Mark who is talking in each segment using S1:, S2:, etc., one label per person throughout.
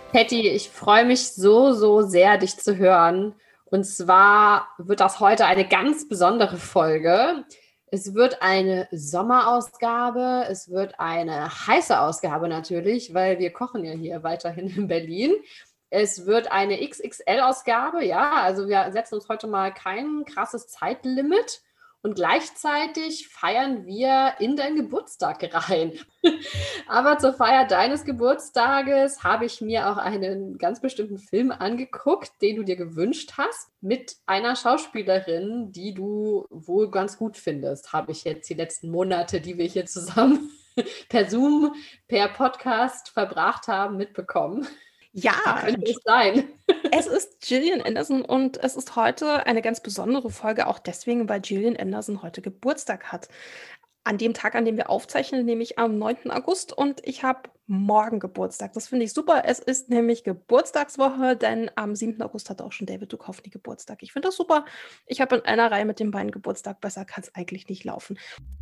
S1: Patty, ich freue mich so, so sehr, dich zu hören. Und zwar wird das heute eine ganz besondere Folge. Es wird eine Sommerausgabe, es wird eine heiße Ausgabe natürlich, weil wir kochen ja hier weiterhin in Berlin. Es wird eine XXL-Ausgabe, ja, also wir setzen uns heute mal kein krasses Zeitlimit. Und gleichzeitig feiern wir in deinen Geburtstag rein. Aber zur Feier deines Geburtstages habe ich mir auch einen ganz bestimmten Film angeguckt, den du dir gewünscht hast, mit einer Schauspielerin, die du wohl ganz gut findest, habe ich jetzt die letzten Monate, die wir hier zusammen per Zoom, per Podcast verbracht haben, mitbekommen. Wer
S2: Ja,
S1: könnte es sein?
S2: es ist Gillian Anderson und es ist heute eine ganz besondere Folge, auch deswegen, weil Gillian Anderson heute Geburtstag hat. An dem Tag, an dem wir aufzeichnen, nämlich am 9. August und ich habe morgen Geburtstag. Das finde ich super. Es ist nämlich Geburtstagswoche, denn am 7. August hat auch schon David Duchovny Geburtstag. Ich finde das super. Ich habe in einer Reihe mit den beiden Geburtstag. Besser kann es eigentlich nicht laufen.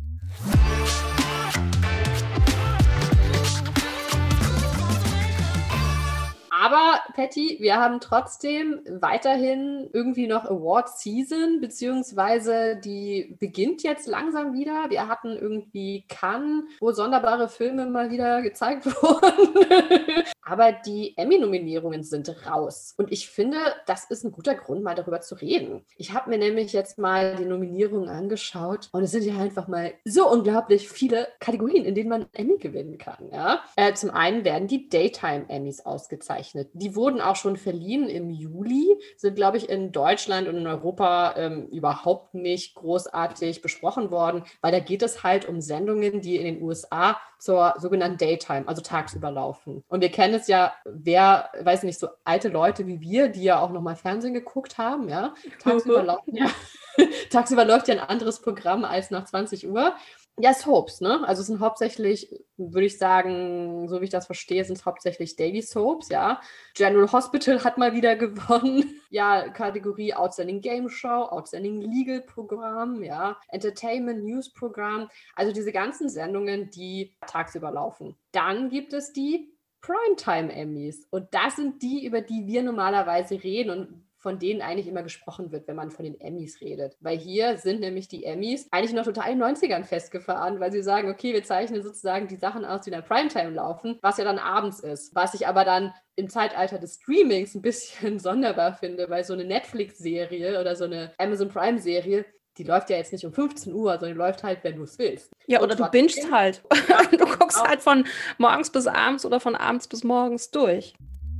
S1: Aber, Patty, wir haben trotzdem weiterhin irgendwie noch Award-Season, beziehungsweise die beginnt jetzt langsam wieder. Wir hatten irgendwie Cannes, wo sonderbare Filme mal wieder gezeigt wurden. Aber die Emmy-Nominierungen sind raus. Und ich finde, das ist ein guter Grund, mal darüber zu reden. Ich habe mir nämlich jetzt mal die Nominierungen angeschaut und es sind ja einfach mal so unglaublich viele Kategorien, in denen man Emmy gewinnen kann. Ja? Zum einen werden die Daytime-Emmys ausgezeichnet. Die wurden auch schon verliehen im Juli, sind, glaube ich, in Deutschland und in Europa überhaupt nicht großartig besprochen worden, weil da geht es halt um Sendungen, die in den USA zur sogenannten Daytime, also tagsüber laufen. Und wir kennen es ja, wer, weiß nicht, so alte Leute wie wir, die ja auch nochmal Fernsehen geguckt haben, ja, tagsüber laufen ja, tagsüber läuft ja ein anderes Programm als nach 20 Uhr. Ja, Soaps, ne? Also es sind hauptsächlich, würde ich sagen, so wie ich das verstehe, sind es hauptsächlich Daily Soaps, ja. General Hospital hat mal wieder gewonnen. Ja, Kategorie Outstanding Game Show, Outstanding Legal Programm, ja, Entertainment News Programm. Also diese ganzen Sendungen, die tagsüber laufen. Dann gibt es die Primetime Emmys. Und das sind die, über die wir normalerweise reden und von denen eigentlich immer gesprochen wird, wenn man von den Emmys redet. Weil hier sind nämlich die Emmys eigentlich noch total in den 90ern festgefahren, weil sie sagen, okay, wir zeichnen sozusagen die Sachen aus, die in der Primetime laufen, was ja dann abends ist. Was ich aber dann im Zeitalter des Streamings ein bisschen sonderbar finde, weil so eine Netflix-Serie oder so eine Amazon Prime-Serie, die läuft ja jetzt nicht um 15 Uhr, sondern die läuft halt, wenn du es willst.
S2: Ja,
S1: Und
S2: oder du
S1: trotzdem,
S2: bingst halt.
S1: ja,
S2: Du guckst
S1: auch
S2: halt von morgens bis abends oder von abends bis morgens durch.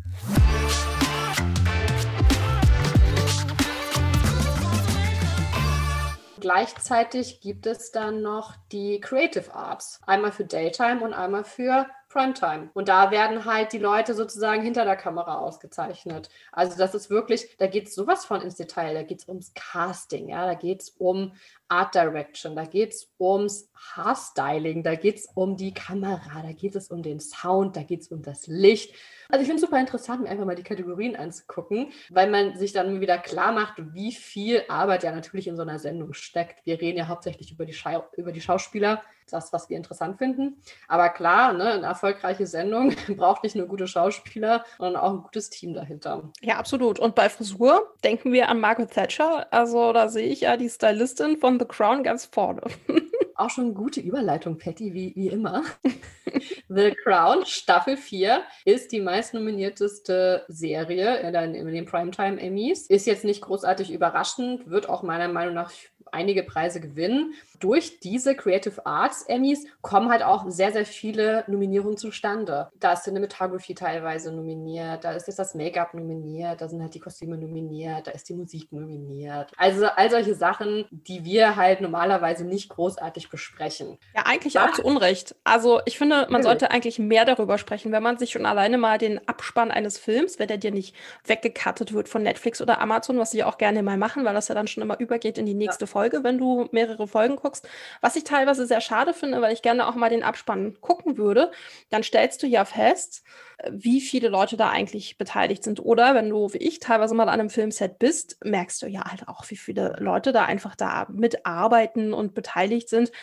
S1: gleichzeitig gibt es dann noch die Creative Arts. Einmal für Daytime und einmal für Primetime. Und da werden halt die Leute sozusagen hinter der Kamera ausgezeichnet. Also das ist wirklich, da geht es sowas von ins Detail. Da geht es ums Casting, ja, da geht es um Art Direction, da geht es ums Haarstyling, da geht es um die Kamera, da geht es um den Sound, da geht es um das Licht. Also ich finde es super interessant, mir einfach mal die Kategorien anzugucken, weil man sich dann wieder klar macht, wie viel Arbeit ja natürlich in so einer Sendung steckt. Wir reden ja hauptsächlich über die Schauspieler, das, was wir interessant finden. Aber klar, ne, eine erfolgreiche Sendung braucht nicht nur gute Schauspieler, sondern auch ein gutes Team dahinter.
S2: Ja, absolut. Und bei Frisur denken wir an Margaret Thatcher. Also da sehe ich ja die Stylistin von The Crown ganz vorne.
S1: Auch schon eine gute Überleitung, Patty, wie immer. The Crown, Staffel 4, ist die meistnominierteste Serie in den Primetime Emmys. Ist jetzt nicht großartig überraschend, wird auch meiner Meinung nach einige Preise gewinnen. Durch diese Creative Arts Emmys kommen halt auch sehr, sehr viele Nominierungen zustande. Da ist Cinematography teilweise nominiert, da ist jetzt das Make-up nominiert, da sind halt die Kostüme nominiert, da ist die Musik nominiert. Also all solche Sachen, die wir halt normalerweise nicht großartig besprechen.
S2: Ja, eigentlich auch zu Unrecht. Also ich finde, man sollte eigentlich mehr darüber sprechen, wenn man sich schon alleine mal den Abspann eines Films, wenn der dir nicht weggecuttet wird von Netflix oder Amazon, was sie auch gerne mal machen, weil das ja dann schon immer übergeht in die nächste Folge, wenn du mehrere Folgen guckst. Was ich teilweise sehr schade finde, weil ich gerne auch mal den Abspann gucken würde, dann stellst du ja fest, wie viele Leute da eigentlich beteiligt sind. Oder wenn du, wie ich, teilweise mal an einem Filmset bist, merkst du ja halt auch, wie viele Leute da einfach da mitarbeiten und beteiligt sind.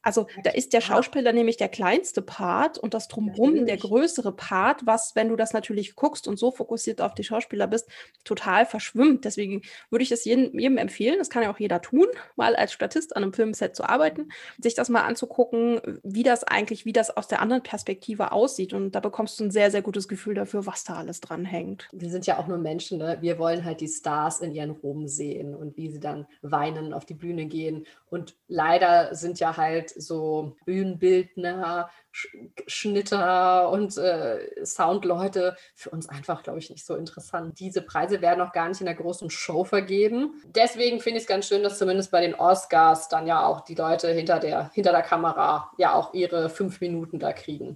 S2: Also da ist der Schauspieler nämlich der kleinste Part und das Drumherum der größere Part, was, wenn du das natürlich guckst und so fokussiert auf die Schauspieler bist, total verschwimmt. Deswegen würde ich es jedem empfehlen, das kann ja auch jeder tun, mal als Statist an einem Filmset zu arbeiten, sich das mal anzugucken, wie das aus der anderen Perspektive aussieht. Und da bekommst du ein sehr, sehr gutes Gefühl dafür, was da alles dran hängt.
S1: Wir sind ja auch nur Menschen, ne? Wir wollen halt die Stars in ihren Ruhm sehen und wie sie dann weinen auf die Bühne gehen. Und leider sind ja halt so Bühnenbildner, Schnitter und Soundleute für uns einfach, glaube ich, nicht so interessant. Diese Preise werden auch gar nicht in der großen Show vergeben. Deswegen finde ich es ganz schön, dass zumindest bei den Oscars dann ja auch die Leute hinter der Kamera ja auch ihre 5 Minuten da kriegen.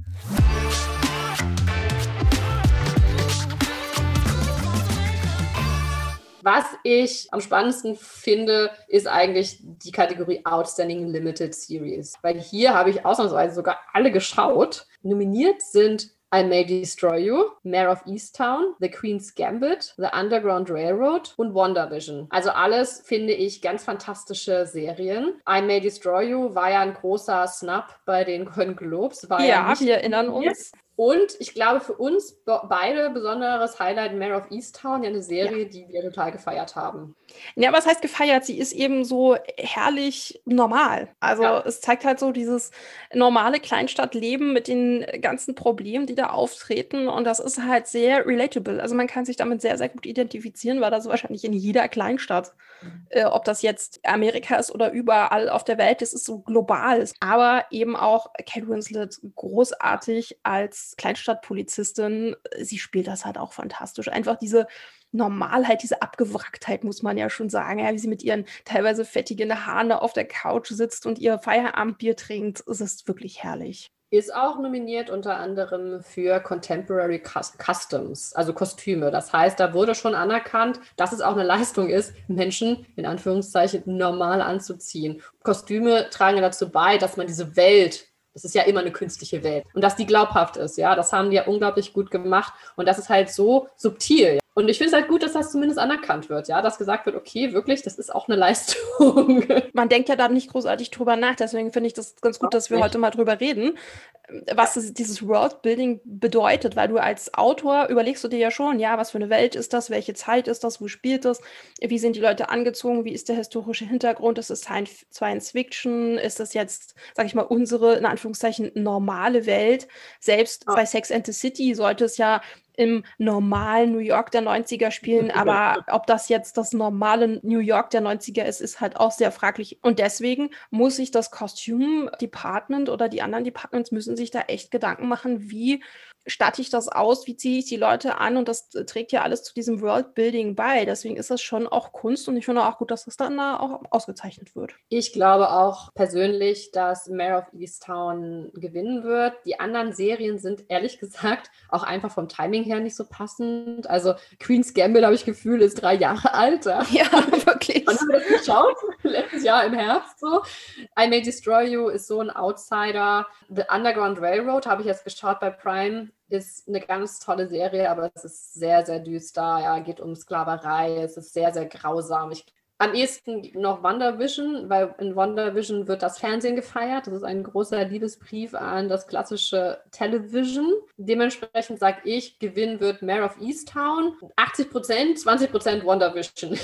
S1: Was ich am spannendsten finde, ist eigentlich die Kategorie Outstanding Limited Series. Weil hier habe ich ausnahmsweise sogar alle geschaut. Nominiert sind I May Destroy You, Mare of Easttown, The Queen's Gambit, The Underground Railroad und WandaVision. Also alles, finde ich, ganz fantastische Serien. I May Destroy You war ja ein großer Snub bei den Golden Globes.
S2: Ja, wir erinnern uns.
S1: Und ich glaube, für uns beide besonderes Highlight Mare of Easttown, ja eine Serie, die wir total gefeiert haben.
S2: Ja, was heißt gefeiert? Sie ist eben so herrlich normal. Also es zeigt halt so dieses normale Kleinstadtleben mit den ganzen Problemen, die da auftreten. Und das ist halt sehr relatable. Also man kann sich damit sehr, sehr gut identifizieren, weil das wahrscheinlich in jeder Kleinstadt, ob das jetzt Amerika ist oder überall auf der Welt, das ist so global. Aber eben auch Kate Winslet großartig als Kleinstadtpolizistin. Sie spielt das halt auch fantastisch. Einfach diese Normalheit, diese Abgewracktheit, muss man ja schon sagen, ja, wie sie mit ihren teilweise fettigen Haaren auf der Couch sitzt und ihr Feierabendbier trinkt, es ist wirklich herrlich.
S1: Ist auch nominiert unter anderem für Contemporary Customs, also Kostüme. Das heißt, da wurde schon anerkannt, dass es auch eine Leistung ist, Menschen in Anführungszeichen normal anzuziehen. Kostüme tragen ja dazu bei, dass man diese Welt, das ist ja immer eine künstliche Welt, und dass die glaubhaft ist, ja, das haben die ja unglaublich gut gemacht und das ist halt so subtil. Ja? Und ich finde es halt gut, dass das zumindest anerkannt wird, ja, dass gesagt wird, okay, wirklich, das ist auch eine Leistung.
S2: Man denkt ja da nicht großartig drüber nach, deswegen finde ich das ganz gut, dass wir heute mal drüber reden, was dieses Worldbuilding bedeutet, weil du als Autor überlegst du dir ja schon, ja, was für eine Welt ist das, welche Zeit ist das, wo spielt das, wie sind die Leute angezogen, wie ist der historische Hintergrund, ist es Science Fiction, ist das jetzt, sag ich mal, unsere, in Anführungszeichen, normale Welt, selbst bei Sex and the City sollte es ja im normalen New York der 90er spielen, aber ob das jetzt das normale New York der 90er ist, ist halt auch sehr fraglich. Und deswegen muss sich das Costume Department oder die anderen Departments müssen sich da echt Gedanken machen, wie statte ich das aus, wie ziehe ich die Leute an und das trägt ja alles zu diesem Worldbuilding bei. Deswegen ist das schon auch Kunst und ich finde auch gut, dass das dann da auch ausgezeichnet wird.
S1: Ich glaube auch persönlich, dass Mare of Easttown gewinnen wird. Die anderen Serien sind ehrlich gesagt auch einfach vom Timing her nicht so passend. Also Queen's Gambit, habe ich Gefühl, ist 3 Jahre alt.
S2: Ja, wirklich.
S1: Wann haben wir das geschaut? Letztes Jahr im Herbst so. I May Destroy You ist so ein Outsider. The Underground Railroad habe ich jetzt geschaut bei Prime. Ist eine ganz tolle Serie, aber es ist sehr, sehr düster. Ja, geht um Sklaverei. Es ist sehr, sehr grausam. Am ehesten noch WandaVision, weil in WandaVision wird das Fernsehen gefeiert. Das ist ein großer Liebesbrief an das klassische Television. Dementsprechend sage ich, gewinnen wird Mare of Easttown. 80%, 20% WandaVision.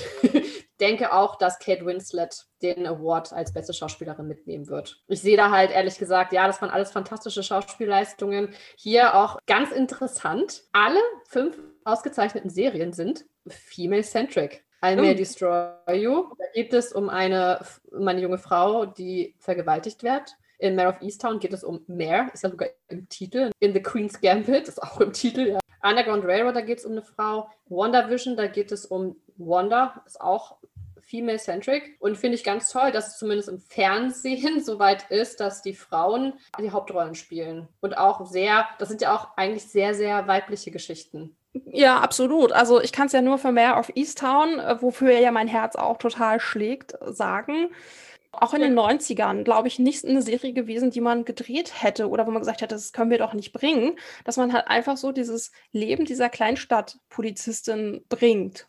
S1: Denke auch, dass Kate Winslet den Award als beste Schauspielerin mitnehmen wird. Ich sehe da halt ehrlich gesagt, ja, das waren alles fantastische Schauspielleistungen. Hier auch ganz interessant, alle 5 ausgezeichneten Serien sind female-centric. I May Destroy You. Da geht es um eine junge Frau, die vergewaltigt wird. In Mare of Easttown geht es um Mare, ist ja sogar im Titel. In The Queen's Gambit, ist auch im Titel, ja. Underground Railroad, da geht es um eine Frau. WandaVision, da geht es um Wanda, ist auch female-centric. Und finde ich ganz toll, dass es zumindest im Fernsehen so weit ist, dass die Frauen die Hauptrollen spielen. Und auch das sind ja auch eigentlich sehr, sehr weibliche Geschichten.
S2: Ja, absolut. Also ich kann es ja nur für Mare of Easttown, wofür ja mein Herz auch total schlägt, sagen. Auch in den 90ern, glaube ich, nicht eine Serie gewesen, die man gedreht hätte oder wo man gesagt hätte, das können wir doch nicht bringen, dass man halt einfach so dieses Leben dieser Kleinstadtpolizistin bringt.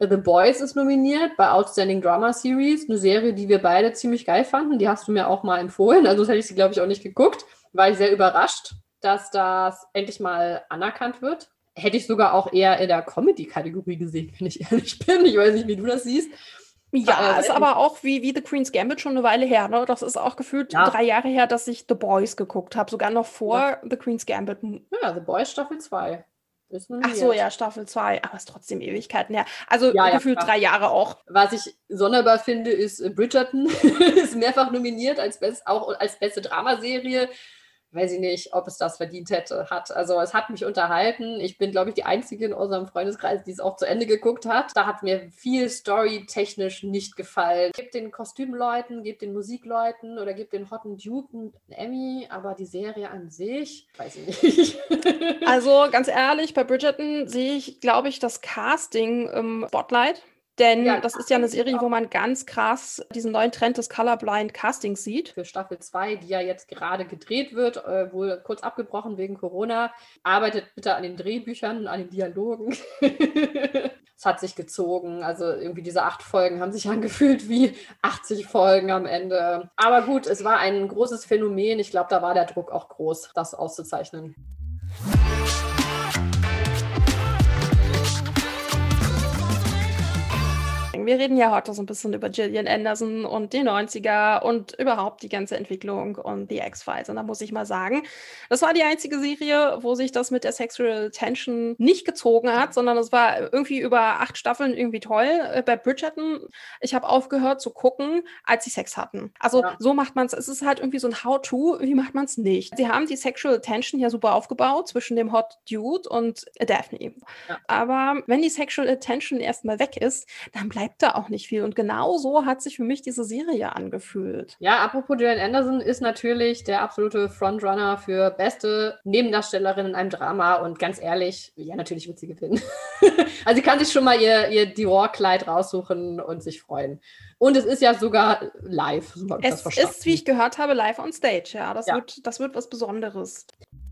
S1: The Boys ist nominiert bei Outstanding Drama Series, eine Serie, die wir beide ziemlich geil fanden. Die hast du mir auch mal empfohlen, also sonst hätte ich sie, glaube ich, auch nicht geguckt. War ich sehr überrascht, dass das endlich mal anerkannt wird. Hätte ich sogar auch eher in der Comedy-Kategorie gesehen, wenn ich ehrlich bin. Ich weiß nicht, wie du das siehst.
S2: Ja, ist aber auch wie The Queen's Gambit schon eine Weile her, ne? Das ist auch gefühlt 3 Jahre her, dass ich The Boys geguckt habe, sogar noch vor The Queen's Gambit.
S1: Ja, The Boys Staffel 2.
S2: Ach so, ja, Staffel 2, aber ist trotzdem Ewigkeiten her. Also gefühlt 3 Jahre auch.
S1: Was ich sonderbar finde, ist Bridgerton. Ist mehrfach nominiert auch als beste Dramaserie. Weiß ich nicht, ob es das verdient hat. Also es hat mich unterhalten. Ich bin, glaube ich, die Einzige in unserem Freundeskreis, die es auch zu Ende geguckt hat. Da hat mir viel storytechnisch nicht gefallen. Gebt den Kostümleuten, gebt den Musikleuten oder gebt den Hotten Duke einen Emmy, aber die Serie an sich, weiß ich nicht.
S2: Also ganz ehrlich, bei Bridgerton sehe ich, glaube ich, das Casting im Spotlight. Denn das ist ja eine Serie, wo man ganz krass diesen neuen Trend des Colorblind Castings sieht.
S1: Für Staffel 2, die ja jetzt gerade gedreht wird, wohl kurz abgebrochen wegen Corona. Arbeitet bitte an den Drehbüchern, an den Dialogen. Es hat sich gezogen. Also irgendwie diese 8 Folgen haben sich angefühlt wie 80 Folgen am Ende. Aber gut, es war ein großes Phänomen. Ich glaube, da war der Druck auch groß, das auszuzeichnen.
S2: Wir reden ja heute so ein bisschen über Gillian Anderson und die 90er und überhaupt die ganze Entwicklung und The X-Files. Und da muss ich mal sagen, das war die einzige Serie, wo sich das mit der Sexual Tension nicht gezogen hat, sondern es war irgendwie über 8 Staffeln irgendwie toll. Bei Bridgerton, ich habe aufgehört zu gucken, als sie Sex hatten. Also so macht man es. Es ist halt irgendwie so ein How-To, wie macht man es nicht? Sie haben die Sexual Tension ja super aufgebaut zwischen dem Hot Dude und Daphne. Ja. Aber wenn die Sexual Tension erstmal weg ist, dann bleibt da auch nicht viel. Und genau so hat sich für mich diese Serie angefühlt.
S1: Ja, apropos Gillian Anderson ist natürlich der absolute Frontrunner für beste Nebendarstellerin in einem Drama. Und ganz ehrlich, ja, natürlich wird sie gewinnen. Also sie kann sich schon mal ihr Dior-Kleid raussuchen und sich freuen. Und es ist ja sogar live.
S2: Es ist, wie ich gehört habe, live on stage. Ja, das wird was Besonderes.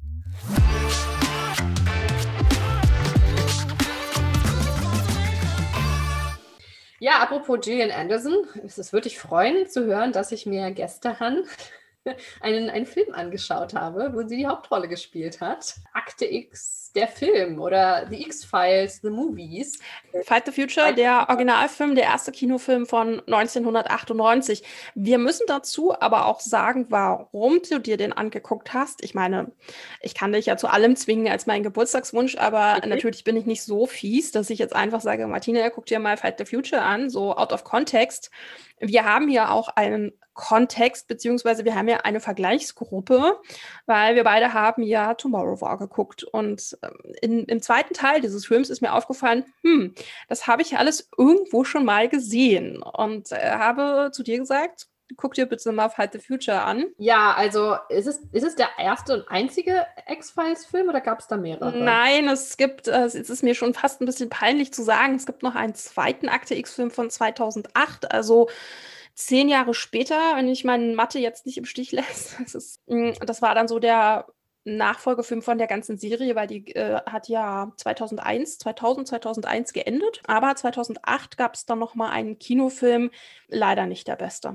S1: Ja, apropos Gillian Anderson, es würde dich freuen zu hören, dass ich mir gestern einen Film angeschaut habe, wo sie die Hauptrolle gespielt hat. Akte X, der Film oder The X-Files, The Movies.
S2: Fight the Future, der Originalfilm, der erste Kinofilm von 1998. Wir müssen dazu aber auch sagen, warum du dir den angeguckt hast. Ich meine, ich kann dich ja zu allem zwingen als meinen Geburtstagswunsch, aber natürlich bin ich nicht so fies, dass ich jetzt einfach sage, Martina, guck dir mal Fight the Future an, so out of context. Wir haben hier auch einen Kontext, beziehungsweise wir haben ja eine Vergleichsgruppe, weil wir beide haben ja Tomorrow War geguckt. Und im zweiten Teil dieses Films ist mir aufgefallen, das habe ich alles irgendwo schon mal gesehen. Und habe zu dir gesagt, guck dir bitte mal Fight the Future an.
S1: Ja, also ist es der erste und einzige X-Files-Film oder gab es da mehrere?
S2: Nein, es ist mir schon fast ein bisschen peinlich zu sagen, es gibt noch einen zweiten Akte X-Film von 2008, also 10 Jahre später, wenn ich meine Mathe jetzt nicht im Stich lässt. Das war dann so der Nachfolgefilm von der ganzen Serie, weil die hat ja 2001 geendet. Aber 2008 gab es dann noch mal einen Kinofilm, leider nicht der beste.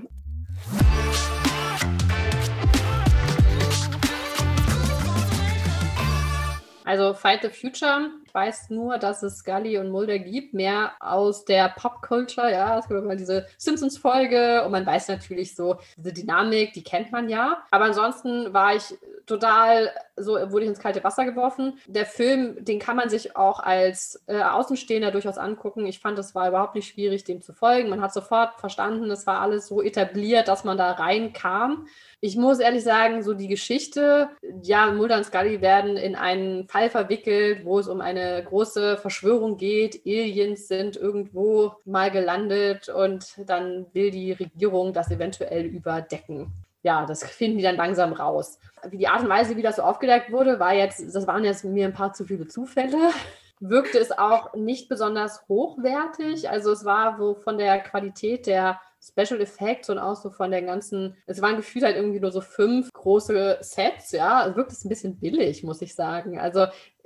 S1: Also Fight the Future, ich weiß nur, dass es Scully und Mulder gibt, mehr aus der Popculture, ja, es gibt immer diese Simpsons-Folge und man weiß natürlich so, diese Dynamik, die kennt man ja. Aber ansonsten war ich total, wurde ich ins kalte Wasser geworfen. Der Film, den kann man sich auch als Außenstehender durchaus angucken. Ich fand, es war überhaupt nicht schwierig, dem zu folgen. Man hat sofort verstanden, es war alles so etabliert, dass man da reinkam. Ich muss ehrlich sagen, so die Geschichte, ja, Mulder und Scully werden in einen Fall verwickelt, wo es um eine große Verschwörung geht. Aliens sind irgendwo mal gelandet und dann will die Regierung das eventuell überdecken. Ja, das finden die dann langsam raus. Wie die Art und Weise, wie das so aufgedeckt wurde, das waren jetzt mir ein paar zu viele Zufälle. Wirkte es auch nicht besonders hochwertig. Also es war so von der Qualität der Special Effects und auch so von der ganzen, es waren gefühlt halt irgendwie nur so 5 große Sets, ja. Es wirkt ein bisschen billig, muss ich sagen. Also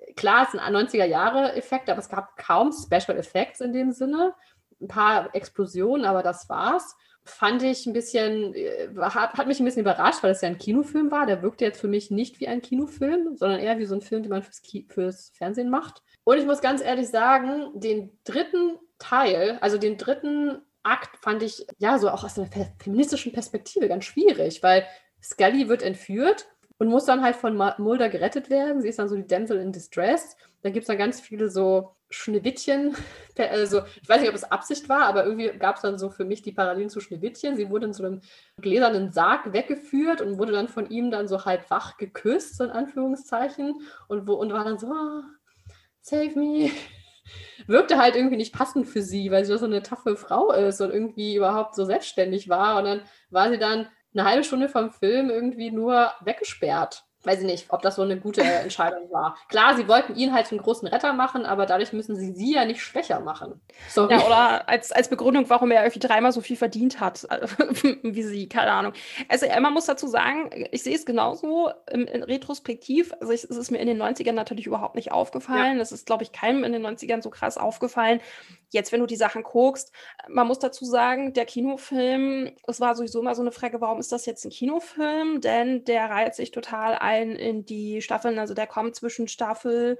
S1: klar, es sind 90er-Jahre-Effekt, aber es gab kaum Special Effects in dem Sinne. Ein paar Explosionen, aber das war's. Fand ich ein bisschen, hat mich ein bisschen überrascht, weil es ja ein Kinofilm war. Der wirkte jetzt für mich nicht wie ein Kinofilm, sondern eher wie so ein Film, den man fürs Fernsehen macht. Und ich muss ganz ehrlich sagen, den dritten Teil, also den dritten Akt, fand ich ja so auch aus einer feministischen Perspektive ganz schwierig, weil Scully wird entführt und muss dann halt von Mulder gerettet werden. Sie ist dann so die Damsel in Distress. Da gibt es dann ganz viele so Schneewittchen. Also, ich weiß nicht, ob es Absicht war, aber irgendwie gab es dann so für mich die Parallelen zu Schneewittchen. Sie wurde in so einem gläsernen Sarg weggeführt und wurde dann von ihm dann so halb wach geküsst, so in Anführungszeichen. Und war dann so, oh, save me. Wirkte halt irgendwie nicht passend für sie, weil sie so eine taffe Frau ist und irgendwie überhaupt so selbstständig war. Und dann war sie dann eine halbe Stunde vom Film irgendwie nur weggesperrt. Weiß ich nicht, ob das so eine gute Entscheidung war. Klar, sie wollten ihn halt zum großen Retter machen, aber dadurch müssen sie ja nicht schwächer machen. Sorry.
S2: Ja, oder als Begründung, warum er irgendwie 3-mal so viel verdient hat wie sie, keine Ahnung. Also man muss dazu sagen, ich sehe es genauso in Retrospektiv. Also es ist mir in den 90ern natürlich überhaupt nicht aufgefallen. Das ist, glaube ich, keinem in den 90ern so krass aufgefallen. Jetzt, wenn du die Sachen guckst, man muss dazu sagen, der Kinofilm, es war sowieso immer so eine Frage, warum ist das jetzt ein Kinofilm? Denn der reiht sich total ein in die Staffeln, also der kommt zwischen Staffel,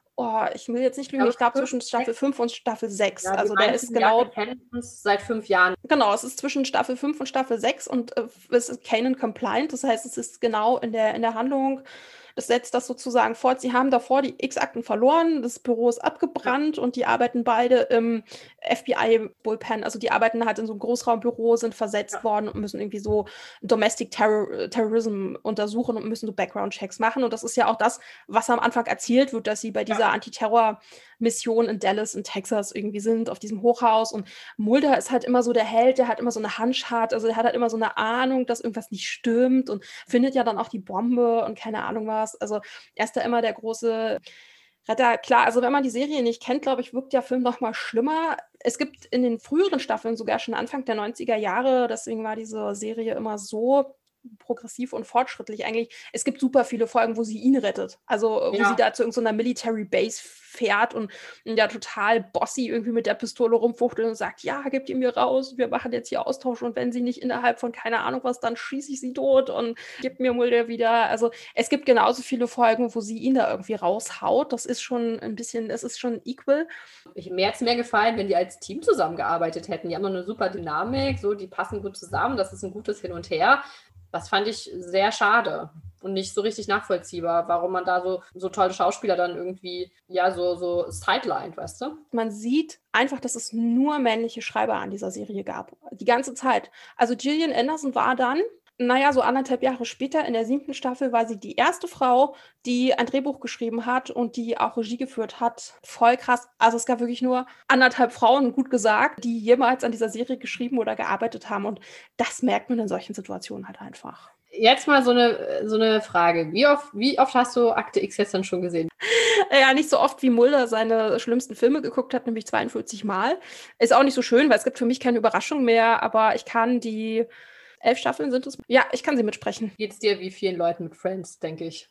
S2: ich will jetzt nicht lügen, ich glaube zwischen Staffel 5 und Staffel 6.
S1: Ja,
S2: also der ist genau.
S1: Wir kennen uns seit 5 Jahren.
S2: Genau, es ist zwischen Staffel 5 und Staffel 6 und es ist Kanan compliant, das heißt, es ist genau in der Handlung. Das setzt das sozusagen fort. Sie haben davor die X-Akten verloren, das Büro ist abgebrannt und die arbeiten beide im FBI-Bullpen. Also die arbeiten halt in so einem Großraumbüro, sind versetzt worden und müssen irgendwie so Domestic Terrorism untersuchen und müssen so Background-Checks machen. Und das ist ja auch das, was am Anfang erzählt wird, dass sie bei dieser Antiterror-Mission in Dallas in Texas irgendwie sind, auf diesem Hochhaus. Und Mulder ist halt immer so der Held, der hat immer so eine Handschart, also der hat halt immer so eine Ahnung, dass irgendwas nicht stimmt und findet ja dann auch die Bombe und keine Ahnung was. Also er ist da immer der große Retter. Klar, also wenn man die Serie nicht kennt, glaube ich, wirkt der Film noch mal schlimmer. Es gibt in den früheren Staffeln, sogar schon Anfang der 90er Jahre, deswegen war diese Serie immer so progressiv und fortschrittlich eigentlich. Es gibt super viele Folgen, wo sie ihn rettet. Also wo sie da zu irgendeiner Military Base fährt und ja total bossy irgendwie mit der Pistole rumfuchtelt und sagt, ja, gebt ihr mir raus, wir machen jetzt hier Austausch und wenn sie nicht innerhalb von keine Ahnung was, dann schieße ich sie tot und gebt mir Mulder wieder. Also es gibt genauso viele Folgen, wo sie ihn da irgendwie raushaut. Das ist schon ein bisschen, es ist schon equal.
S1: Mir hätte es mehr gefallen, wenn die als Team zusammengearbeitet hätten. Die haben eine super Dynamik, so, die passen gut zusammen, das ist ein gutes Hin und Her. Das fand ich sehr schade und nicht so richtig nachvollziehbar, warum man da so tolle Schauspieler dann irgendwie, so sidelined, weißt du?
S2: Man sieht einfach, dass es nur männliche Schreiber an dieser Serie gab. Die ganze Zeit. Also Gillian Anderson war dann, so 1,5 Jahre später, in der 7. Staffel, war sie die erste Frau, die ein Drehbuch geschrieben hat und die auch Regie geführt hat. Voll krass. Also es gab wirklich nur 1,5 Frauen, gut gesagt, die jemals an dieser Serie geschrieben oder gearbeitet haben. Und das merkt man in solchen Situationen halt einfach.
S1: Jetzt mal so eine Frage. Wie oft hast du Akte X jetzt dann schon gesehen?
S2: Ja, nicht so oft, wie Mulder seine schlimmsten Filme geguckt hat, nämlich 42 Mal. Ist auch nicht so schön, weil es gibt für mich keine Überraschung mehr, aber ich kann die 11 Staffeln sind es. Ja, ich kann sie mitsprechen.
S1: Geht's dir wie vielen Leuten mit Friends, denke ich.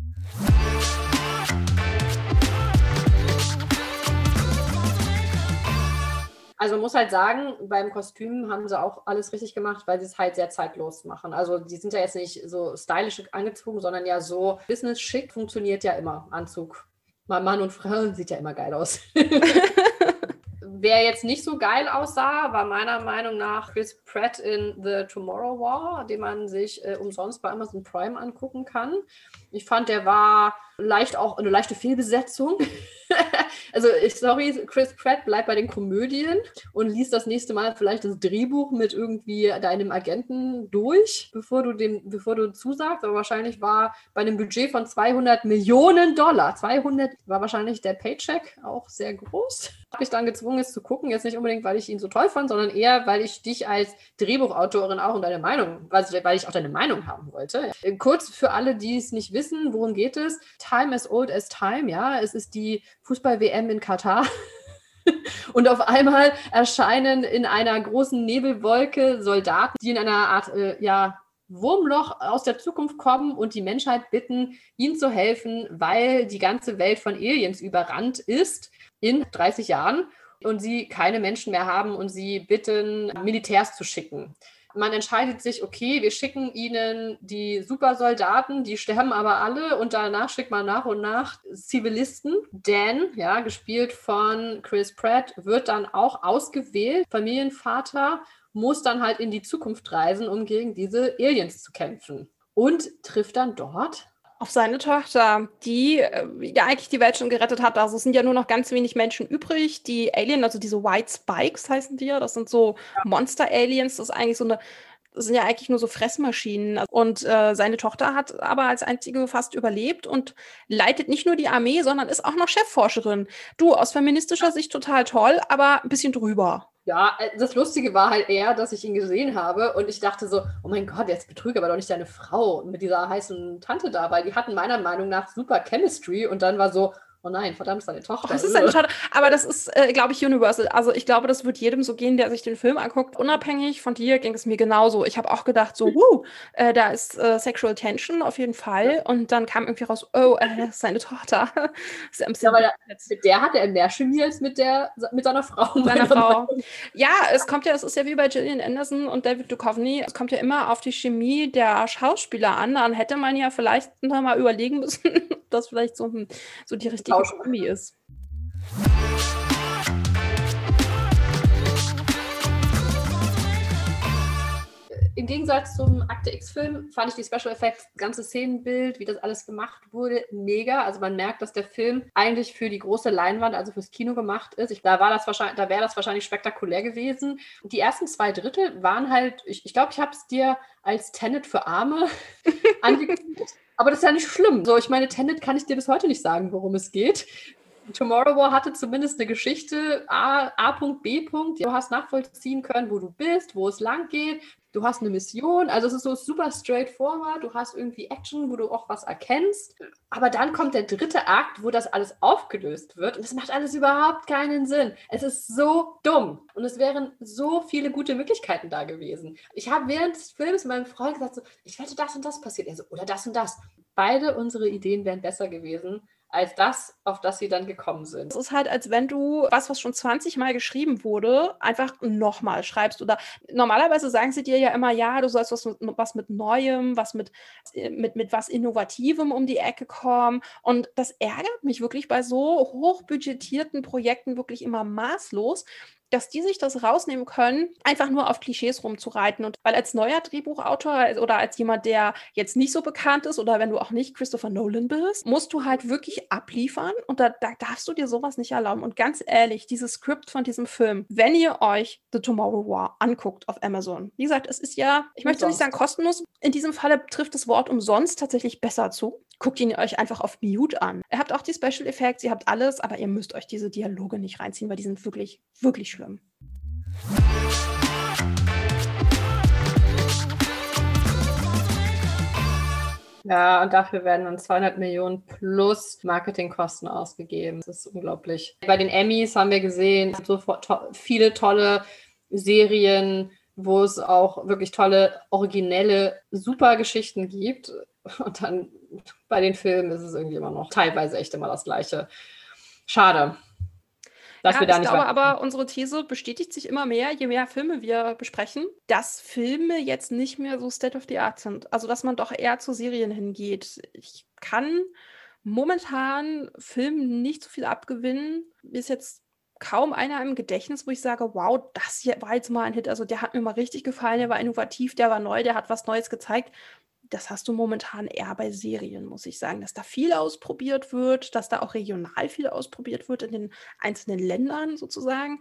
S1: Also man muss halt sagen, beim Kostüm haben sie auch alles richtig gemacht, weil sie es halt sehr zeitlos machen. Also die sind ja jetzt nicht so stylisch angezogen, sondern ja so Business-schick funktioniert ja immer. Anzug. Mal Mann und Frau sieht ja immer geil aus. Wer jetzt nicht so geil aussah, war meiner Meinung nach Chris Pratt in The Tomorrow War, den man sich umsonst bei Amazon Prime angucken kann. Ich fand, der war auch eine leichte Fehlbesetzung. Also, Chris Pratt bleibt bei den Komödien und liest das nächste Mal vielleicht das Drehbuch mit irgendwie deinem Agenten durch, bevor du zusagst. Aber wahrscheinlich war bei einem Budget von $200 Millionen, 200 war wahrscheinlich der Paycheck auch sehr groß. Habe ich dann gezwungen, es zu gucken. Jetzt nicht unbedingt, weil ich ihn so toll fand, sondern eher, weil ich dich als Drehbuchautorin auch weil ich auch deine Meinung haben wollte. Kurz für alle, die es nicht wissen, worum geht es? Time as old as time, ja. Es ist die Fußball-WM in Katar. Und auf einmal erscheinen in einer großen Nebelwolke Soldaten, die in einer Art, Wurmloch aus der Zukunft kommen und die Menschheit bitten, ihnen zu helfen, weil die ganze Welt von Aliens überrannt ist in 30 Jahren und sie keine Menschen mehr haben und sie bitten, Militärs zu schicken. Man entscheidet sich, okay, wir schicken ihnen die Supersoldaten, die sterben aber alle und danach schickt man nach und nach Zivilisten. Dan, ja, gespielt von Chris Pratt, wird dann auch ausgewählt, Familienvater, muss dann halt in die Zukunft reisen, um gegen diese Aliens zu kämpfen. Und trifft dann dort
S2: auf seine Tochter, die ja eigentlich die Welt schon gerettet hat. Also es sind ja nur noch ganz wenig Menschen übrig. Die Alien, also diese White Spikes heißen die ja, das sind so Monster-Aliens. Das ist eigentlich so eine, das sind ja eigentlich nur so Fressmaschinen. Und seine Tochter hat aber als einzige fast überlebt und leitet nicht nur die Armee, sondern ist auch noch Chefforscherin. Du, aus feministischer Sicht total toll, aber ein bisschen drüber.
S1: Ja, das Lustige war halt eher, dass ich ihn gesehen habe und ich dachte so, oh mein Gott, jetzt betrüge aber doch nicht deine Frau mit dieser heißen Tante da, weil die hatten meiner Meinung nach super Chemistry und dann war so, oh nein, verdammt, ist deine Tochter.
S2: Das ist eine Tochter, aber das ist, glaube ich, Universal. Also ich glaube, das wird jedem so gehen, der sich den Film anguckt. Unabhängig von dir ging es mir genauso. Ich habe auch gedacht, so, da ist Sexual Tension auf jeden Fall. Und dann kam irgendwie raus, das ist seine Tochter. Das ist
S1: ja, aber mit der hatte er mehr Chemie als mit seiner Frau.
S2: Seiner Frau. Ja, es kommt ja, es ist ja wie bei Gillian Anderson und David Duchovny, es kommt ja immer auf die Chemie der Schauspieler an. Dann hätte man ja vielleicht noch mal überlegen müssen, ob das vielleicht so die richtige Kombi ist.
S1: Im Gegensatz zum Akte X-Film fand ich die Special Effects, das ganze Szenenbild, wie das alles gemacht wurde, mega. Also man merkt, dass der Film eigentlich für die große Leinwand, also fürs Kino gemacht ist. Da wäre das wahrscheinlich spektakulär gewesen. Die ersten 2/3 waren halt, ich glaube, ich habe es dir als Tenet für Arme angekündigt. Aber das ist ja nicht schlimm. So, ich meine, Tenet kann ich dir bis heute nicht sagen, worum es geht. Tomorrow War hatte zumindest eine Geschichte, A. B. Du hast nachvollziehen können, wo du bist, wo es lang geht. Du hast eine Mission, also es ist so super straightforward. Du hast irgendwie Action, wo du auch was erkennst. Aber dann kommt der 3. Akt, wo das alles aufgelöst wird. Und es macht alles überhaupt keinen Sinn. Es ist so dumm. Und es wären so viele gute Möglichkeiten da gewesen. Ich habe während des Films meinem Freund gesagt, so, ich wette, das und das passiert. Er so, oder das und das. Beide unsere Ideen wären besser gewesen als das, auf das sie dann gekommen sind.
S2: Es ist halt, als wenn du was schon 20 Mal geschrieben wurde, einfach nochmal schreibst. Oder normalerweise sagen sie dir ja immer, ja, du sollst was mit Neuem, was mit was Innovativem um die Ecke kommen. Und das ärgert mich wirklich bei so hochbudgetierten Projekten wirklich immer maßlos, dass die sich das rausnehmen können, einfach nur auf Klischees rumzureiten. Und weil als neuer Drehbuchautor oder als jemand, der jetzt nicht so bekannt ist oder wenn du auch nicht Christopher Nolan bist, musst du halt wirklich abliefern und da darfst du dir sowas nicht erlauben. Und ganz ehrlich, dieses Skript von diesem Film, wenn ihr euch The Tomorrow War anguckt auf Amazon, wie gesagt, es ist ja, ich möchte nicht sagen kostenlos, in diesem Falle trifft das Wort umsonst tatsächlich besser zu. Guckt ihn euch einfach auf Mute an. Ihr habt auch die Special Effects, ihr habt alles, aber ihr müsst euch diese Dialoge nicht reinziehen, weil die sind wirklich, wirklich schlimm.
S1: Ja, und dafür werden dann 200 Millionen plus Marketingkosten ausgegeben. Das ist unglaublich. Bei den Emmys haben wir gesehen, so viele tolle Serien, wo es auch wirklich tolle, originelle, super Geschichten gibt. Und dann bei den Filmen ist es irgendwie immer noch teilweise echt immer das Gleiche. Schade.
S2: Ja, ich glaube aber, unsere These bestätigt sich immer mehr, je mehr Filme wir besprechen, dass Filme jetzt nicht mehr so State of the Art sind. Also, dass man doch eher zu Serien hingeht. Ich kann momentan Filmen nicht so viel abgewinnen. Mir ist jetzt kaum einer im Gedächtnis, wo ich sage, wow, das hier war jetzt mal ein Hit. Also, der hat mir mal richtig gefallen, der war innovativ, der war neu, der hat was Neues gezeigt. Das hast du momentan eher bei Serien, muss ich sagen, dass da viel ausprobiert wird, dass da auch regional viel ausprobiert wird in den einzelnen Ländern sozusagen.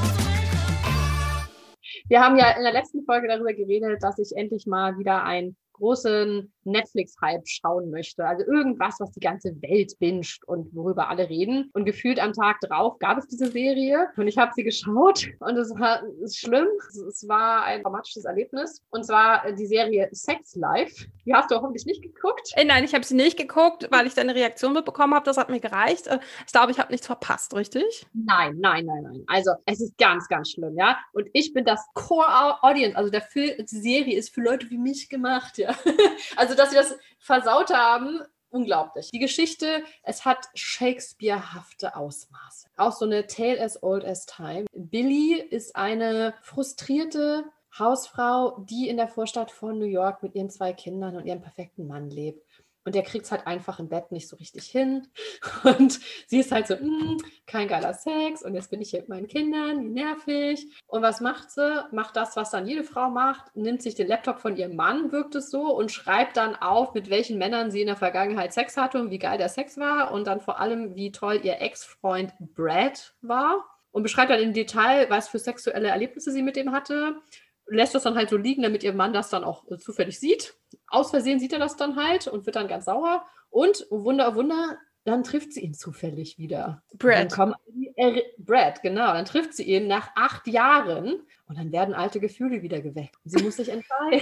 S1: Wir haben ja in der letzten Folge darüber geredet, dass ich endlich mal wieder ein großen Netflix-Hype schauen möchte. Also irgendwas, was die ganze Welt binscht und worüber alle reden. Und gefühlt am Tag drauf gab es diese Serie und ich habe sie geschaut und ist schlimm. Es war ein traumatisches Erlebnis. Und zwar die Serie Sex Life. Die hast du hoffentlich nicht geguckt.
S2: Nein, ich habe sie nicht geguckt, weil ich deine Reaktion mitbekommen habe. Das hat mir gereicht. Ich glaube, ich habe nichts verpasst, richtig?
S1: Nein. Also es ist ganz, ganz schlimm, ja. Und ich bin das Core Audience. Also die Serie ist für Leute wie mich gemacht, ja. Also dass sie das versaut haben, unglaublich. Die Geschichte, es hat Shakespeare-hafte Ausmaße. Auch so eine Tale as old as time. Billy ist eine frustrierte Hausfrau, die in der Vorstadt von New York mit ihren 2 Kindern und ihrem perfekten Mann lebt. Und der kriegt es halt einfach im Bett nicht so richtig hin. Und sie ist halt so, kein geiler Sex. Und jetzt bin ich hier mit meinen Kindern, wie nervig. Und was macht sie? Macht das, was dann jede Frau macht. Nimmt sich den Laptop von ihrem Mann, wirkt es so, und schreibt dann auf, mit welchen Männern sie in der Vergangenheit Sex hatte und wie geil der Sex war. Und dann vor allem, wie toll ihr Ex-Freund Brad war. Und beschreibt dann im Detail, was für sexuelle Erlebnisse sie mit dem hatte. Lässt das dann halt so liegen, damit ihr Mann das dann auch zufällig sieht. Aus Versehen sieht er das dann halt und wird dann ganz sauer. Und, oh Wunder, oh Wunder, dann trifft sie ihn zufällig wieder.
S2: Brad.
S1: Brad, genau. Dann trifft sie ihn nach 8 Jahren und dann werden alte Gefühle wieder geweckt. Sie muss sich entscheiden.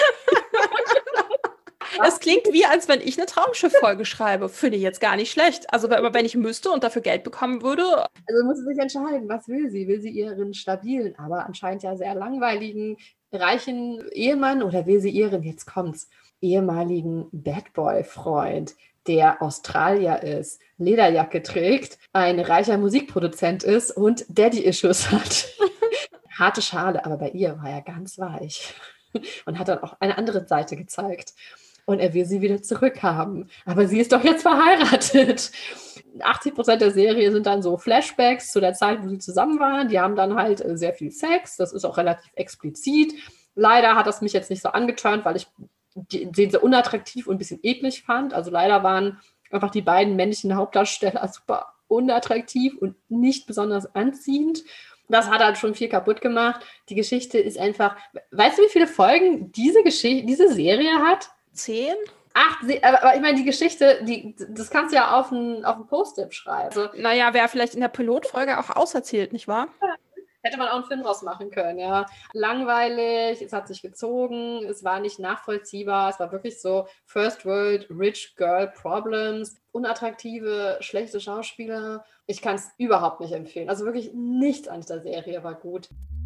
S2: Es klingt wie, als wenn ich eine Traumschiff-Folge schreibe. Finde ich jetzt gar nicht schlecht. Also, aber wenn ich müsste und dafür Geld bekommen würde.
S1: Also muss sie sich entscheiden, was will sie? Will sie ihren stabilen, aber anscheinend ja sehr langweiligen, reichen Ehemann oder will sie ihren, jetzt kommt's, ehemaligen Bad-Boy-Freund, der Australier ist, Lederjacke trägt, ein reicher Musikproduzent ist und Daddy-Issues hat. Harte Schale, aber bei ihr war er ganz weich und hat dann auch eine andere Seite gezeigt. Und er will sie wieder zurückhaben. Aber sie ist doch jetzt verheiratet. 80% der Serie sind dann so Flashbacks zu der Zeit, wo sie zusammen waren. Die haben dann halt sehr viel Sex. Das ist auch relativ explizit. Leider hat das mich jetzt nicht so angeturnt, weil ich den sehr unattraktiv und ein bisschen eklig fand. Also leider waren einfach die beiden männlichen Hauptdarsteller super unattraktiv und nicht besonders anziehend. Das hat halt schon viel kaputt gemacht. Die Geschichte ist einfach... Weißt du, wie viele Folgen diese Serie hat?
S2: 10?
S1: 8, aber ich meine, die Geschichte, das kannst du ja auf ein Post-it schreiben. Also,
S2: naja, wäre vielleicht in der Pilotfolge auch auserzählt, nicht wahr?
S1: hätte man auch einen Film draus machen können, ja. Langweilig, es hat sich gezogen, es war nicht nachvollziehbar, es war wirklich so First World Rich Girl Problems, unattraktive, schlechte Schauspieler. Ich kann es überhaupt nicht empfehlen. Also wirklich nichts an dieser Serie war gut.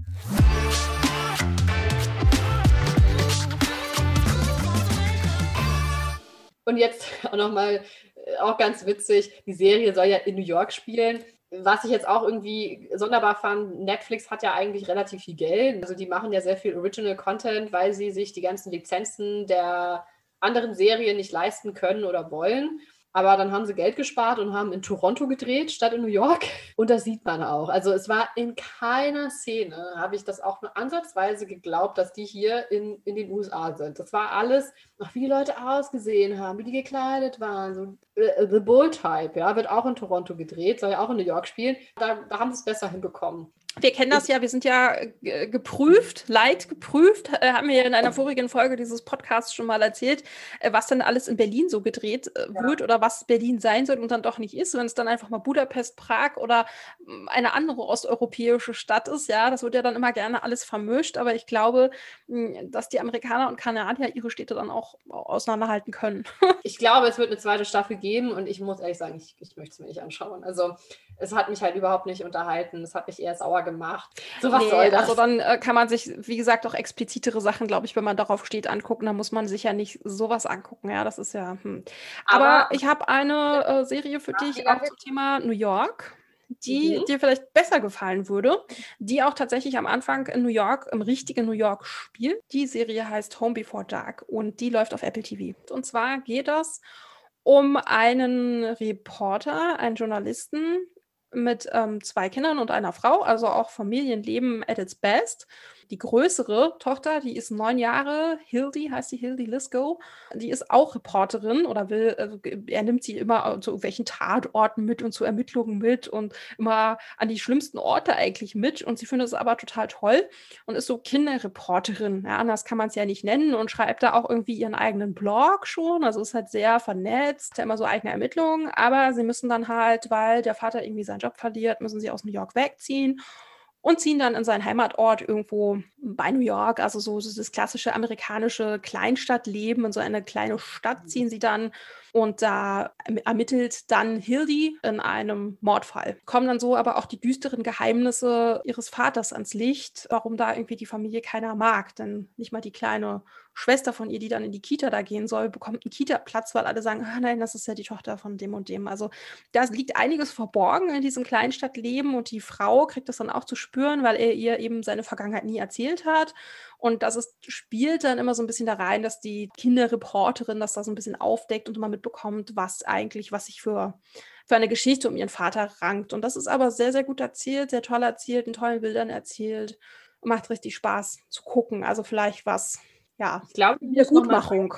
S1: Und jetzt auch nochmal, auch ganz witzig, die Serie soll ja in New York spielen. Was ich jetzt auch irgendwie sonderbar fand, Netflix hat ja eigentlich relativ viel Geld. Also die machen ja sehr viel Original Content, weil sie sich die ganzen Lizenzen der anderen Serien nicht leisten können oder wollen. Aber dann haben sie Geld gespart und haben in Toronto gedreht, statt in New York. Und das sieht man auch. Also es war in keiner Szene, habe ich das auch nur ansatzweise geglaubt, dass die hier in den USA sind. Das war alles, wie die Leute ausgesehen haben, wie die gekleidet waren. So, The Bull Type, ja, wird auch in Toronto gedreht, soll ja auch in New York spielen. Da haben sie es besser hinbekommen.
S2: Wir kennen das ja, wir sind ja geprüft, geprüft, haben wir ja in einer vorigen Folge dieses Podcasts schon mal erzählt, was dann alles in Berlin so gedreht wird oder was Berlin sein soll und dann doch nicht ist, wenn es dann einfach mal Budapest, Prag oder eine andere osteuropäische Stadt ist, ja, das wird ja dann immer gerne alles vermischt, aber ich glaube, dass die Amerikaner und Kanadier ihre Städte dann auch auseinanderhalten können.
S1: Ich glaube, es wird eine zweite Staffel geben und ich muss ehrlich sagen, ich möchte es mir nicht anschauen. Also es hat mich halt überhaupt nicht unterhalten. Es hat mich eher sauer gemacht. So, was soll das?
S2: Also dann kann man sich, wie gesagt, auch explizitere Sachen, glaube ich, wenn man darauf steht, angucken. Da muss man sich ja nicht sowas angucken. Ja, das ist ja... Aber ich habe eine Serie für dich, auch zum Thema New York, die dir vielleicht besser gefallen würde, die auch tatsächlich am Anfang in New York, im richtigen New York spielt. Die Serie heißt Home Before Dark und die läuft auf Apple TV. Und zwar geht es um einen Reporter, einen Journalisten, mit 2 Kindern und einer Frau, also auch Familienleben at its best. Die größere Tochter, die ist 9 Jahre, Hildy heißt sie, Hildy Lithgow, die ist auch Reporterin oder er nimmt sie immer zu irgendwelchen Tatorten mit und zu Ermittlungen mit und immer an die schlimmsten Orte eigentlich mit und sie findet es aber total toll und ist so Kinderreporterin, ja, anders kann man es ja nicht nennen und schreibt da auch irgendwie ihren eigenen Blog schon, also ist halt sehr vernetzt, ja immer so eigene Ermittlungen, aber sie müssen dann halt, weil der Vater irgendwie seinen Job verliert, müssen sie aus New York wegziehen und ziehen dann in seinen Heimatort irgendwo bei New York, also so das klassische amerikanische Kleinstadtleben, in so eine kleine Stadt ziehen sie dann und da ermittelt dann Hildy in einem Mordfall. Kommen dann so aber auch die düsteren Geheimnisse ihres Vaters ans Licht, warum da irgendwie die Familie keiner mag, denn nicht mal die kleine Schwester von ihr, die dann in die Kita da gehen soll, bekommt einen Kita-Platz, weil alle sagen, ah nein, das ist ja die Tochter von dem und dem. Also da liegt einiges verborgen in diesem Kleinstadtleben und die Frau kriegt das dann auch zu spüren, weil er ihr eben seine Vergangenheit nie erzählt hat. Und spielt dann immer so ein bisschen da rein, dass die Kinderreporterin das da so ein bisschen aufdeckt und immer mitbekommt, was sich für eine Geschichte um ihren Vater rankt. Und das ist aber sehr, sehr gut erzählt, sehr toll erzählt, in tollen Bildern erzählt. Macht richtig Spaß zu gucken. Also vielleicht was, ja,
S1: ich glaube,
S2: Wiedergutmachung.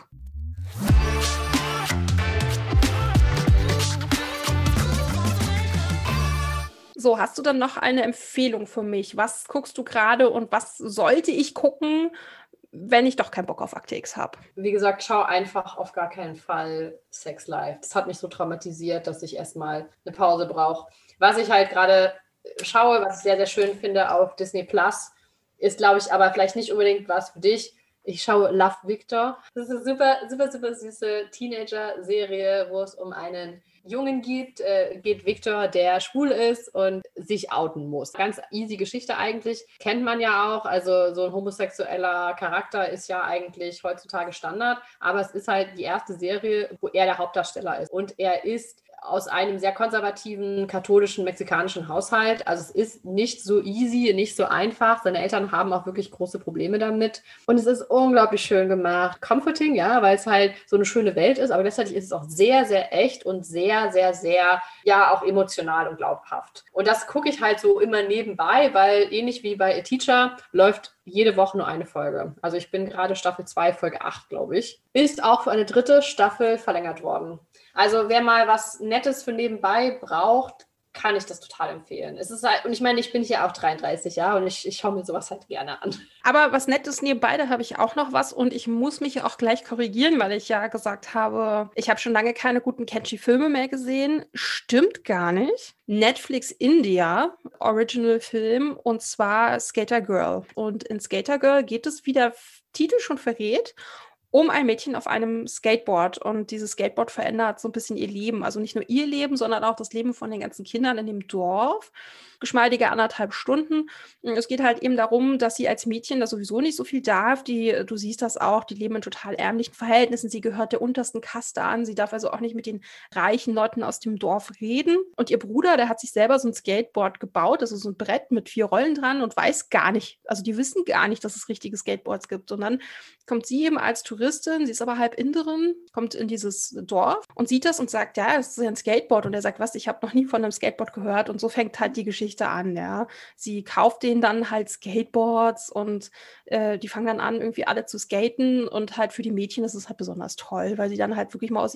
S2: So, hast du dann noch eine Empfehlung für mich? Was guckst du gerade und was sollte ich gucken, wenn ich doch keinen Bock auf Akte X habe?
S1: Wie gesagt, schau einfach auf gar keinen Fall Sex Life. Das hat mich so traumatisiert, dass ich erstmal eine Pause brauche. Was ich halt gerade schaue, was ich sehr, sehr schön finde auf Disney Plus, ist, glaube ich, aber vielleicht nicht unbedingt was für dich. Ich schaue Love Victor. Das ist eine super, super, super süße Teenager-Serie, wo es um einen Jungen geht Victor, der schwul ist und sich outen muss. Ganz easy Geschichte eigentlich. Kennt man ja auch. Also so ein homosexueller Charakter ist ja eigentlich heutzutage Standard. Aber es ist halt die erste Serie, wo er der Hauptdarsteller ist. Und er ist aus einem sehr konservativen, katholischen, mexikanischen Haushalt. Also es ist nicht so easy, nicht so einfach. Seine Eltern haben auch wirklich große Probleme damit. Und es ist unglaublich schön gemacht. Comforting, ja, weil es halt so eine schöne Welt ist, aber gleichzeitig ist es auch sehr, sehr echt und sehr, sehr, sehr, ja, auch emotional und glaubhaft. Und das gucke ich halt so immer nebenbei, weil ähnlich wie bei A Teacher läuft jede Woche nur eine Folge. Also ich bin gerade Staffel 2, Folge 8, glaube ich. Ist auch für eine 3. Staffel verlängert worden. Also wer mal was Nettes für nebenbei braucht, kann ich das total empfehlen. Es ist halt, und ich meine, ich bin hier auch 33, ja, und ich schaue mir sowas halt gerne an.
S2: Aber was Nettes nebenbei, da habe ich auch noch was und ich muss mich auch gleich korrigieren, weil ich ja gesagt habe, ich habe schon lange keine guten catchy Filme mehr gesehen. Stimmt gar nicht. Netflix India, Original-Film, und zwar Skater Girl. Und in Skater Girl geht es, wie der Titel schon verrät, um ein Mädchen auf einem Skateboard. Und dieses Skateboard verändert so ein bisschen ihr Leben. Also nicht nur ihr Leben, sondern auch das Leben von den ganzen Kindern in dem Dorf. Geschmeidige 1,5 Stunden. Es geht halt eben darum, dass sie als Mädchen da sowieso nicht so viel darf. Du siehst das auch, die leben in total ärmlichen Verhältnissen. Sie gehört der untersten Kaste an. Sie darf also auch nicht mit den reichen Leuten aus dem Dorf reden. Und ihr Bruder, der hat sich selber so ein Skateboard gebaut, also so ein Brett mit 4 Rollen dran und weiß gar nicht, also die wissen gar nicht, dass es richtige Skateboards gibt. Und dann kommt sie eben als Touristin, sie ist aber halb Inderin, kommt in dieses Dorf und sieht das und sagt, ja, das ist ja ein Skateboard. Und er sagt, was, ich habe noch nie von einem Skateboard gehört. Und so fängt halt die Geschichte an, ja. Sie kauft denen dann halt Skateboards und die fangen dann an, irgendwie alle zu skaten. Und halt für die Mädchen ist es halt besonders toll, weil sie dann halt wirklich mal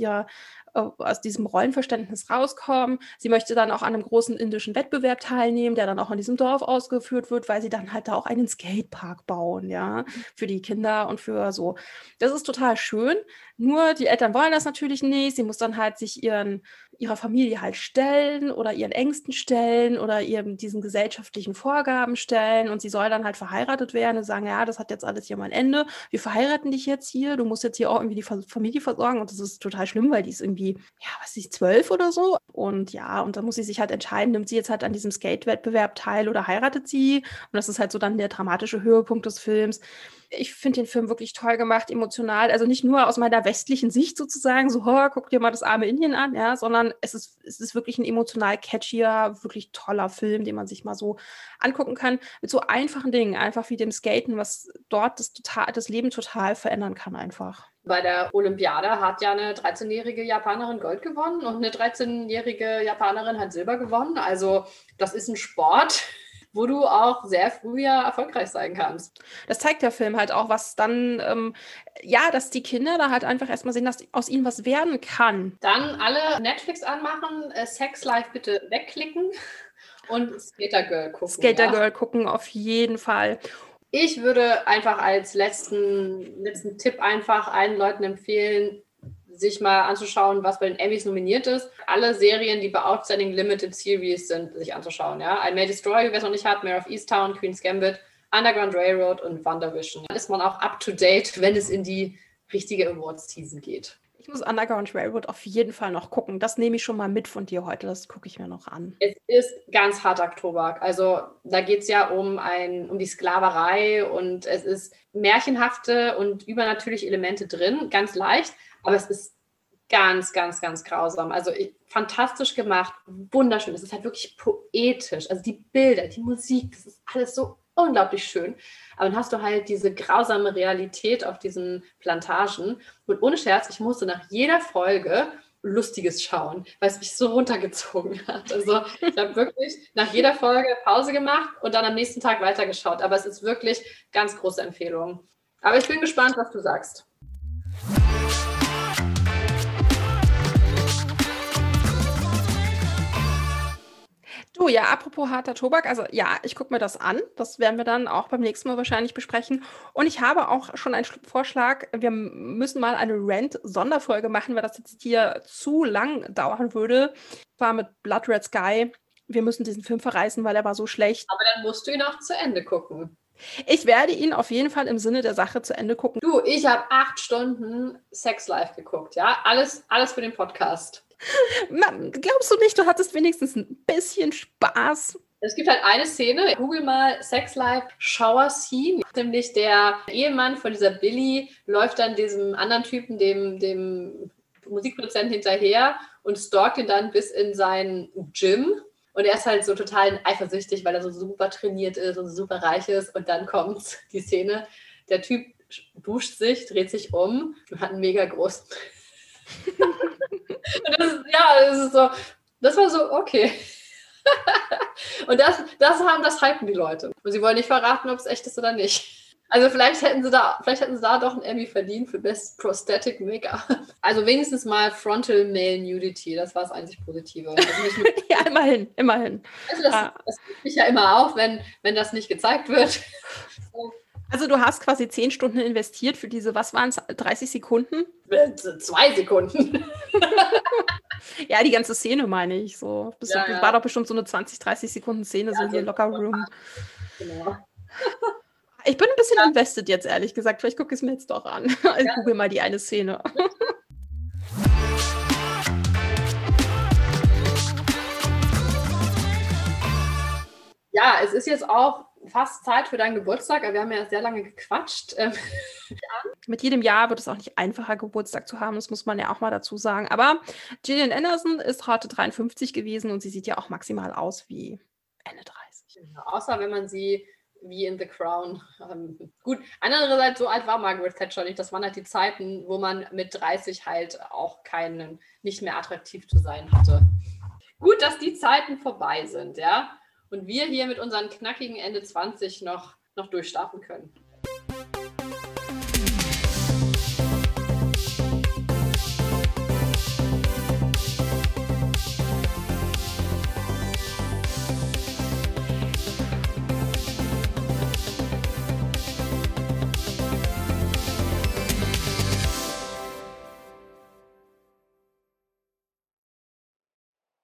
S2: aus diesem Rollenverständnis rauskommen. Sie möchte dann auch an einem großen indischen Wettbewerb teilnehmen, der dann auch in diesem Dorf ausgeführt wird, weil sie dann halt da auch einen Skatepark bauen, ja, für die Kinder und für so. Das ist total schön. Nur die Eltern wollen das natürlich nicht. Sie muss dann halt sich ihrer Familie halt stellen oder ihren Ängsten stellen oder diesen gesellschaftlichen Vorgaben stellen und sie soll dann halt verheiratet werden und sagen, ja, das hat jetzt alles hier mal ein Ende. Wir verheiraten dich jetzt hier. Du musst jetzt hier auch irgendwie die Familie versorgen und das ist total schlimm, weil die ist irgendwie, ja, was ist die, 12 oder so? Und ja, und dann muss sie sich halt entscheiden, nimmt sie jetzt halt an diesem Skate-Wettbewerb teil oder heiratet sie? Und das ist halt so dann der dramatische Höhepunkt des Films. Ich finde den Film wirklich toll gemacht, emotional. Also nicht nur aus meiner westlichen Sicht sozusagen, so, guck dir mal das arme Indien an, ja, sondern es ist wirklich ein emotional catchier, wirklich toller Film, den man sich mal so angucken kann. Mit so einfachen Dingen, einfach wie dem Skaten, was dort das Leben total verändern kann einfach.
S1: Bei der Olympiade hat ja eine 13-jährige Japanerin Gold gewonnen und eine 13-jährige Japanerin hat Silber gewonnen. Also das ist ein Sport, wo du auch sehr früh ja erfolgreich sein kannst.
S2: Das zeigt der Film halt auch, was dann, dass die Kinder da halt einfach erstmal sehen, dass aus ihnen was werden kann.
S1: Dann alle Netflix anmachen, Sex Life bitte wegklicken und Skater Girl gucken.
S2: Skater Girl gucken, auf jeden Fall.
S1: Ich würde einfach als letzten Tipp einfach allen Leuten empfehlen, sich mal anzuschauen, was bei den Emmys nominiert ist. Alle Serien, die bei Outstanding Limited Series sind, sich anzuschauen. Ja? I May Destroy You, wer es noch nicht hat, Mare of Easttown, Queen's Gambit, Underground Railroad und WandaVision. Dann ist man auch up to date, wenn es in die richtige Awards-Season geht.
S2: Ich muss Underground Railroad auf jeden Fall noch gucken. Das nehme ich schon mal mit von dir heute. Das gucke ich mir noch an.
S1: Es ist ganz harter Tobak. Also da geht es ja um die Sklaverei und es ist märchenhafte und übernatürliche Elemente drin, ganz leicht, aber es ist ganz, ganz, ganz grausam. Also fantastisch gemacht, wunderschön. Es ist halt wirklich poetisch. Also die Bilder, die Musik, das ist alles so unglaublich schön. Aber dann hast du halt diese grausame Realität auf diesen Plantagen. Und ohne Scherz, ich musste nach jeder Folge Lustiges schauen, weil es mich so runtergezogen hat. Also ich habe wirklich nach jeder Folge Pause gemacht und dann am nächsten Tag weitergeschaut. Aber es ist wirklich ganz große Empfehlung. Aber ich bin gespannt, was du sagst.
S2: Du, ja, apropos harter Tobak, also ja, ich gucke mir das an. Das werden wir dann auch beim nächsten Mal wahrscheinlich besprechen. Und ich habe auch schon einen Vorschlag. Wir müssen mal eine Rant-Sonderfolge machen, weil das jetzt hier zu lang dauern würde. War mit Blood Red Sky. Wir müssen diesen Film verreißen, weil er war so schlecht.
S1: Aber dann musst du ihn auch zu Ende gucken.
S2: Ich werde ihn auf jeden Fall im Sinne der Sache zu Ende gucken.
S1: Du, ich habe 8 Stunden Sex Life geguckt, ja? Alles für den Podcast.
S2: Glaubst du nicht, du hattest wenigstens ein bisschen Spaß?
S1: Es gibt halt eine Szene, google mal Sex Life Shower Scene, nämlich der Ehemann von dieser Billy läuft dann diesem anderen Typen, dem Musikproduzenten hinterher und stalkt ihn dann bis in sein Gym. Und er ist halt so total eifersüchtig, weil er so super trainiert ist und so super reich ist. Und dann kommt die Szene, der Typ duscht sich, dreht sich um und hat einen mega großen... das war so, okay. Und das hypen die Leute. Und sie wollen nicht verraten, ob es echt ist oder nicht. Also vielleicht hätten sie da doch einen Emmy verdient für Best Prosthetic Make-up. Also wenigstens mal Frontal Male Nudity, das war das einzig Positive. Also nicht nur
S2: ja, immerhin.
S1: Also das regt mich ja immer auf, wenn das nicht gezeigt wird.
S2: Also du hast quasi 10 Stunden investiert für diese, was waren es, 30 Sekunden?
S1: 2 Sekunden.
S2: Ja, die ganze Szene meine ich so. Das war doch bestimmt so eine 20, 30 Sekunden Szene, so hier locker Room. Genau. Ich bin ein bisschen invested jetzt, ehrlich gesagt. Vielleicht gucke ich es mir jetzt doch an. Ich google mal die eine Szene.
S1: Ja, es ist jetzt auch fast Zeit für deinen Geburtstag, aber wir haben ja sehr lange gequatscht.
S2: Mit jedem Jahr wird es auch nicht einfacher, Geburtstag zu haben, das muss man ja auch mal dazu sagen. Aber Gillian Anderson ist heute 53 gewesen und sie sieht ja auch maximal aus wie Ende 30.
S1: Ja, außer wenn man sie wie in The Crown. Gut, andererseits, so alt war Margaret Thatcher nicht. Das waren halt die Zeiten, wo man mit 30 halt auch nicht mehr attraktiv zu sein hatte. Gut, dass die Zeiten vorbei sind, ja. Und wir hier mit unseren knackigen Ende 20 noch durchstarten können.